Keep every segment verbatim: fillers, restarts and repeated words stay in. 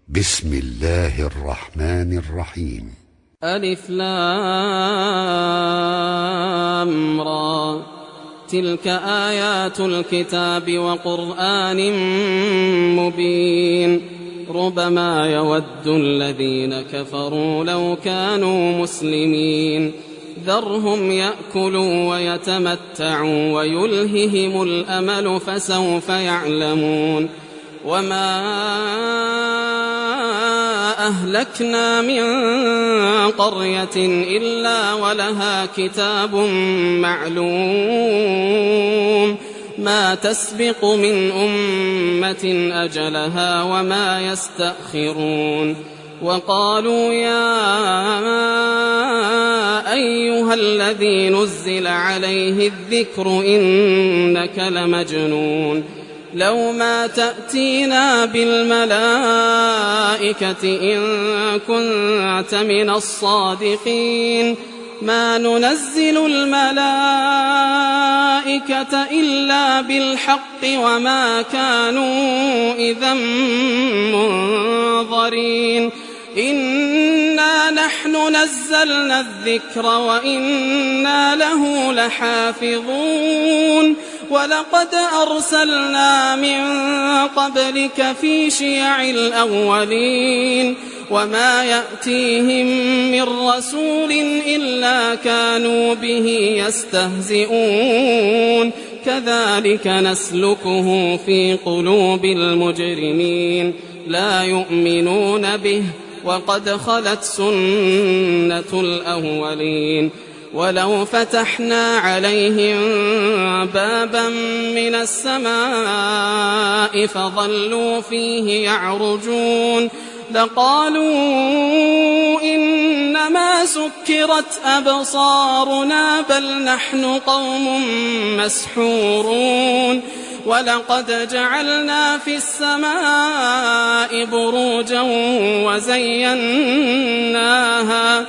بسم الله الرحمن الرحيم. ألف لام را، تلك آيات الكتاب وقرآن مبين. ربما يود الذين كفروا لو كانوا مسلمين. ذرهم يأكلوا ويتمتعوا ويلههم الأمل فسوف يعلمون. وما أهلكنا من قرية إلا ولها كتاب معلوم، ما تسبق من أمة أجلها وما يستأخرون. وقالوا يا أيها الذي نزل عليه الذكر إنك لمجنون. لو ما تأتينا بالملائكة إن كنت من الصادقين. ما ننزل الملائكة إلا بالحق وما كانوا إذا منظرين. إنا نحن نزلنا الذكر وإنا له لحافظون. ولقد أرسلنا من قبلك في شيع الأولين وما يأتيهم من رسول إلا كانوا به يستهزئون. كذلك نسلكه في قلوب المجرمين لا يؤمنون به وقد خلت سنة الأولين. ولو فتحنا عليهم بابا من السماء فظلوا فيه يعرجون لقالوا إنما سكرت أبصارنا بل نحن قوم مسحورون. ولقد جعلنا في السماء بروجا وزيناها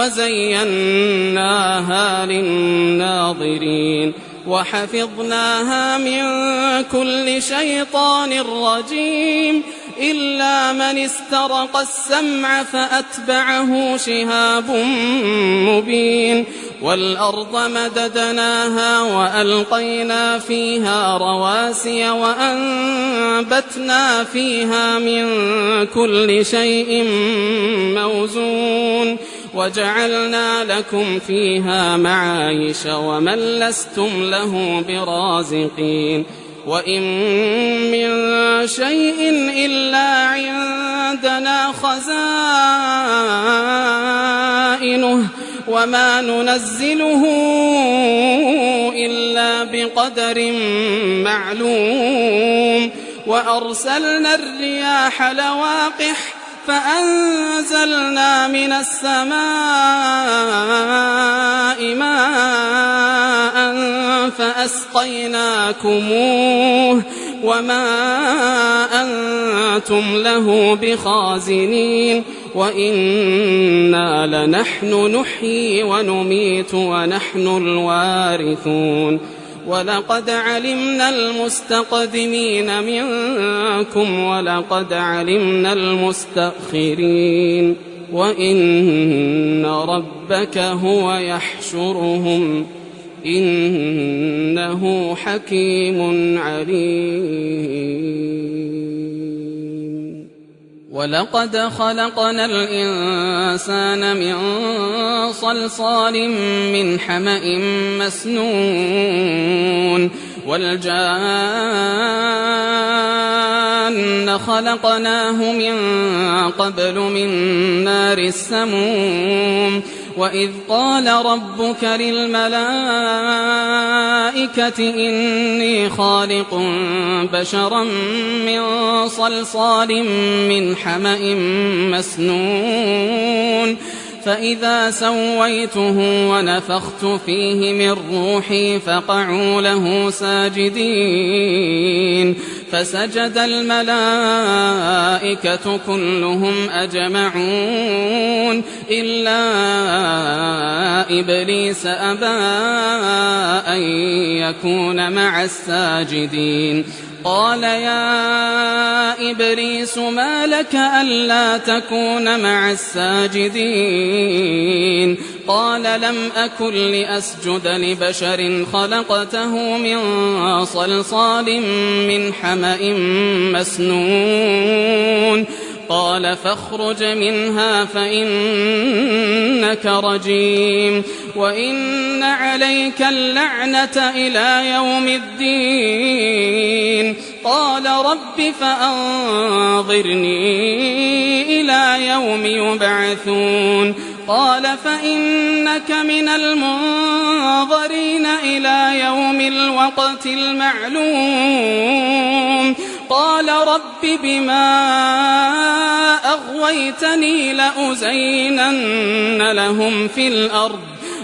وزيناها للناظرين وحفظناها من كل شيطان رجيم إلا من استرق السمع فأتبعه شهاب مبين. والأرض مددناها وألقينا فيها رواسي وأنبتنا فيها من كل شيء موزون وجعلنا لكم فيها معايش ومن لستم له برازقين. وإن من شيء إلا عندنا خزائنه وما ننزله إلا بقدر معلوم. وأرسلنا الرياح لواقح فأنزلنا من السماء ماء فأسقيناكموه وما أنتم له بخازنين. وإنا لنحن نحيي ونميت ونحن الوارثون. ولقد علمنا المستقدمين منكم ولقد علمنا المستأخرين. وإن ربك هو يحشرهم إنه حكيم عليم. ولقد خلقنا الإنسان من صلصال من حمأ مسنون. والجان خلقناه من قبل من نار السموم. وإذ قال ربك للملائكة إني خالق بشرا من صلصال من حمأ مسنون. فإذا سويته ونفخت فيه من روحي فقعوا له ساجدين. فسجد الملائكة كلهم أجمعون إلا إبليس أبى أن يكون مع الساجدين. قال يا إبليس ما لك ألا تكون مع الساجدين قال لم أكن لأسجد لبشر خلقته من صلصال من حمأ مسنون قال فاخرج منها فإنك رجيم وإن عليك اللعنة إلى يوم الدين قال رب فأنظرني إلى يوم يبعثون قال فإنك من المنظرين إلى يوم الوقت المعلوم قال رب بما أغويتني لأزينن لهم في الأرض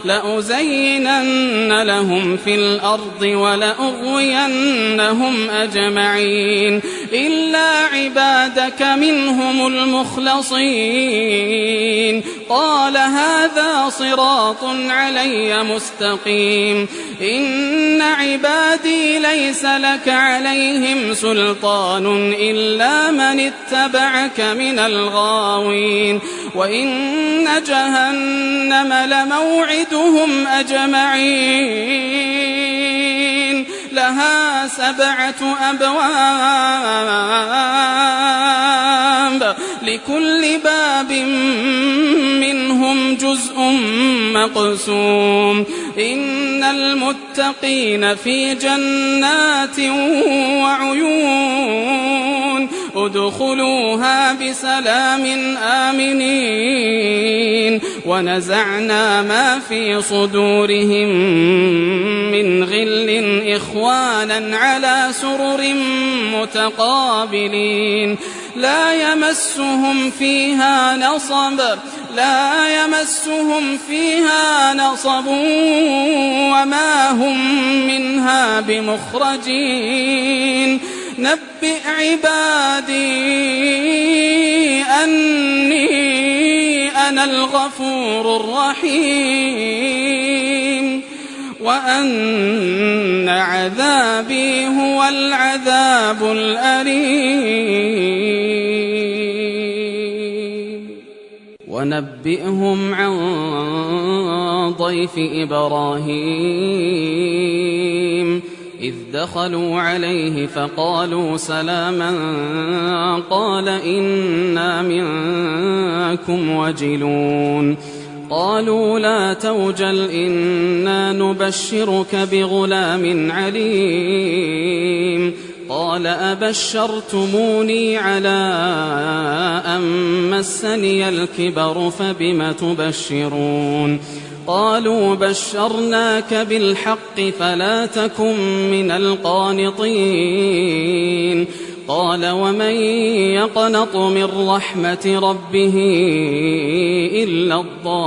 لأزينن لهم في الأرض ولأغوينهم أجمعين إلا عبادك منهم المخلصين قال هذا صراط علي مستقيم إن عبادي ليس لك عليهم سلطان إلا من اتبعك من الغاوين وإن جهنم لموعدهم أجمعين لها سبعة أبواب لكل باب منهم جزء مقسوم إن المتقين في جنات وعيون ادخلوها بسلام آمنين ونزعنا ما في صدورهم من غل إخوانا على سرر متقابلين لا يمسهم فيها نصب لا يمسهم فيها نصب وما هم منها بمخرجين نبئ عبادي أني أنا الغفور الرحيم وأن عذابي هو العذاب الأليم ونبئهم عن ضيف إبراهيم إذ دخلوا عليه فقالوا سلاما قال إنا منكم وجلون قالوا لا توجل إنا نبشرك بغلام عليم قال أبشرتموني على أن مسني الكبر فبم تبشرون قالوا بشرناك بالحق فلا تكن من القانطين قال ومن يقنط من رحمة ربه إلا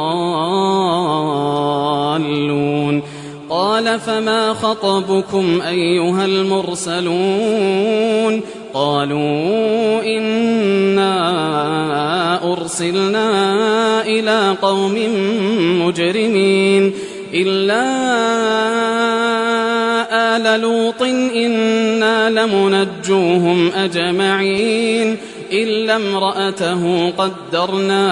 الضالون قال فما خطبكم أيها المرسلون قالوا إنا أرسلنا إلى قوم مجرمين إلا آل لوط إنا لمنجوهم أجمعين إلا امرأته قدرنا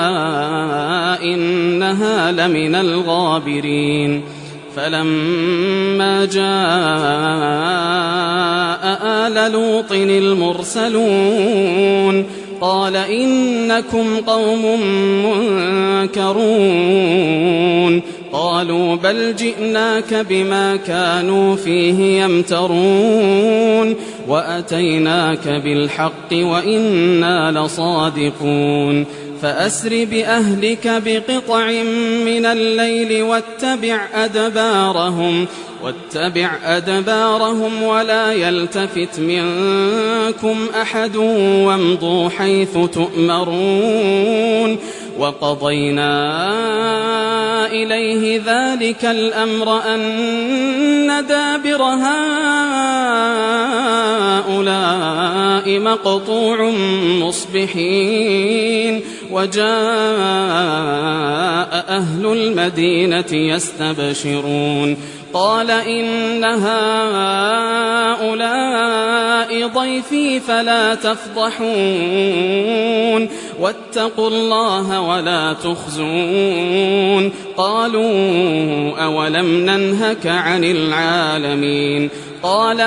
إنها لمن الغابرين فلما جاء آل لوط المرسلون قال إنكم قوم منكرون قالوا بل جئناك بما كانوا فيه يمترون وأتيناك بالحق وإنا لصادقون فأسر بأهلك بقطع من الليل واتبع أدبارهم واتبع أدبارهم ولا يلتفت منكم أحد وامضوا حيث تؤمرون وقضينا إليه ذلك الأمر أن دابر هؤلاء مقطوع مصبحين وجاء أهل المدينة يستبشرون قال إن هؤلاء ضيفي فلا تفضحون واتقوا الله ولا تخزون قالوا أولم ننهك عن العالمين قال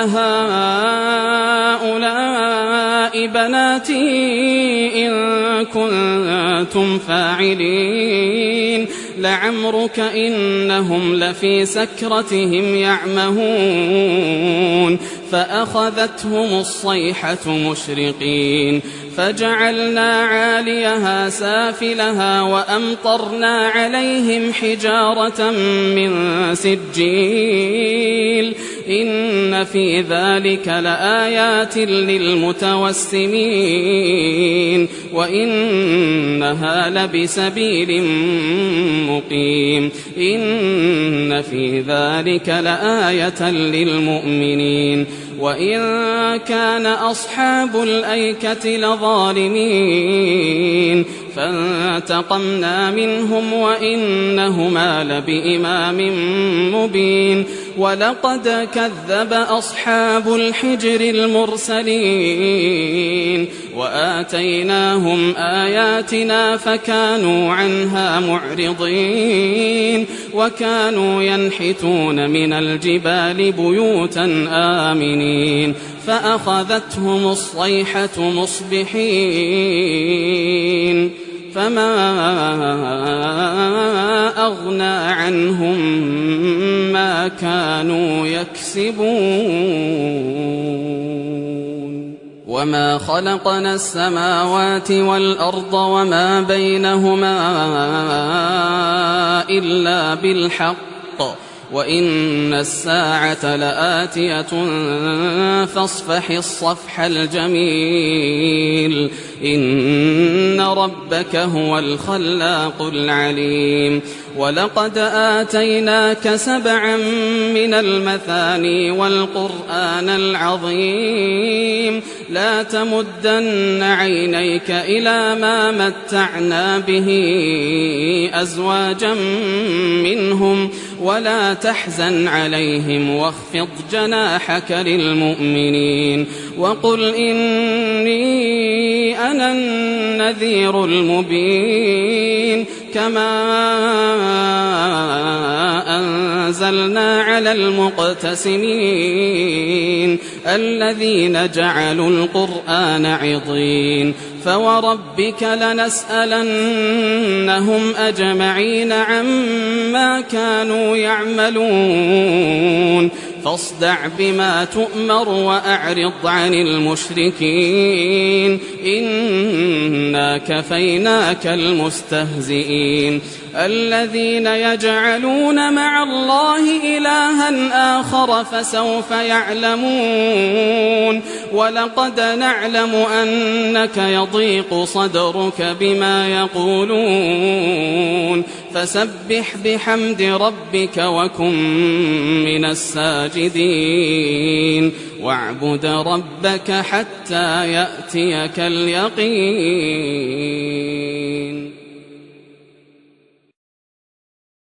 هؤلاء بناتي إن كنتم فاعلين لعمرك إنهم لفي سكرتهم يعمهون فأخذتهم الصيحة مشرقين فجعلنا عاليها سافلها وأمطرنا عليهم حجارة من سجيل إن في ذلك لآيات للمتوسمين وإنها لبسبيل مقيم إن في ذلك لآية للمؤمنين وإن كان أصحاب الأيكة لظالمين فانتقمنا منهم وإنهما لبإمام مبين ولقد كذب أصحاب الحجر المرسلين وآتيناهم آياتنا فكانوا عنها معرضين وكانوا ينحتون من الجبال بيوتا آمنين فأخذتهم الصيحة مصبحين فما أغنى عنهم ما كانوا يكسبون وما خلقنا السماوات والأرض وما بينهما إلا بالحق وإن الساعة لآتية فاصفح الصفح الجميل إن ربك هو الخلاق العليم ولقد آتيناك سبعا من المثاني والقرآن العظيم لا تمدن عينيك إلى ما متعنا به أزواجا منهم ولا تحزن عليهم واخفض جناحك للمؤمنين وقل إني أنا النذير المبين كما أنزلنا على المقتسمين الذين جعلوا القرآن عضين فوربك لنسألنهم أجمعين عما كانوا يعملون فاصدع بما تؤمر وأعرض عن المشركين إنا كفيناك المستهزئين الذين يجعلون مع الله إلها آخر فسوف يعلمون ولقد نعلم أنك يضيق صدرك بما يقولون فسبح بحمد ربك وكن من الساجدين واعبد ربك حتى يأتيك اليقين.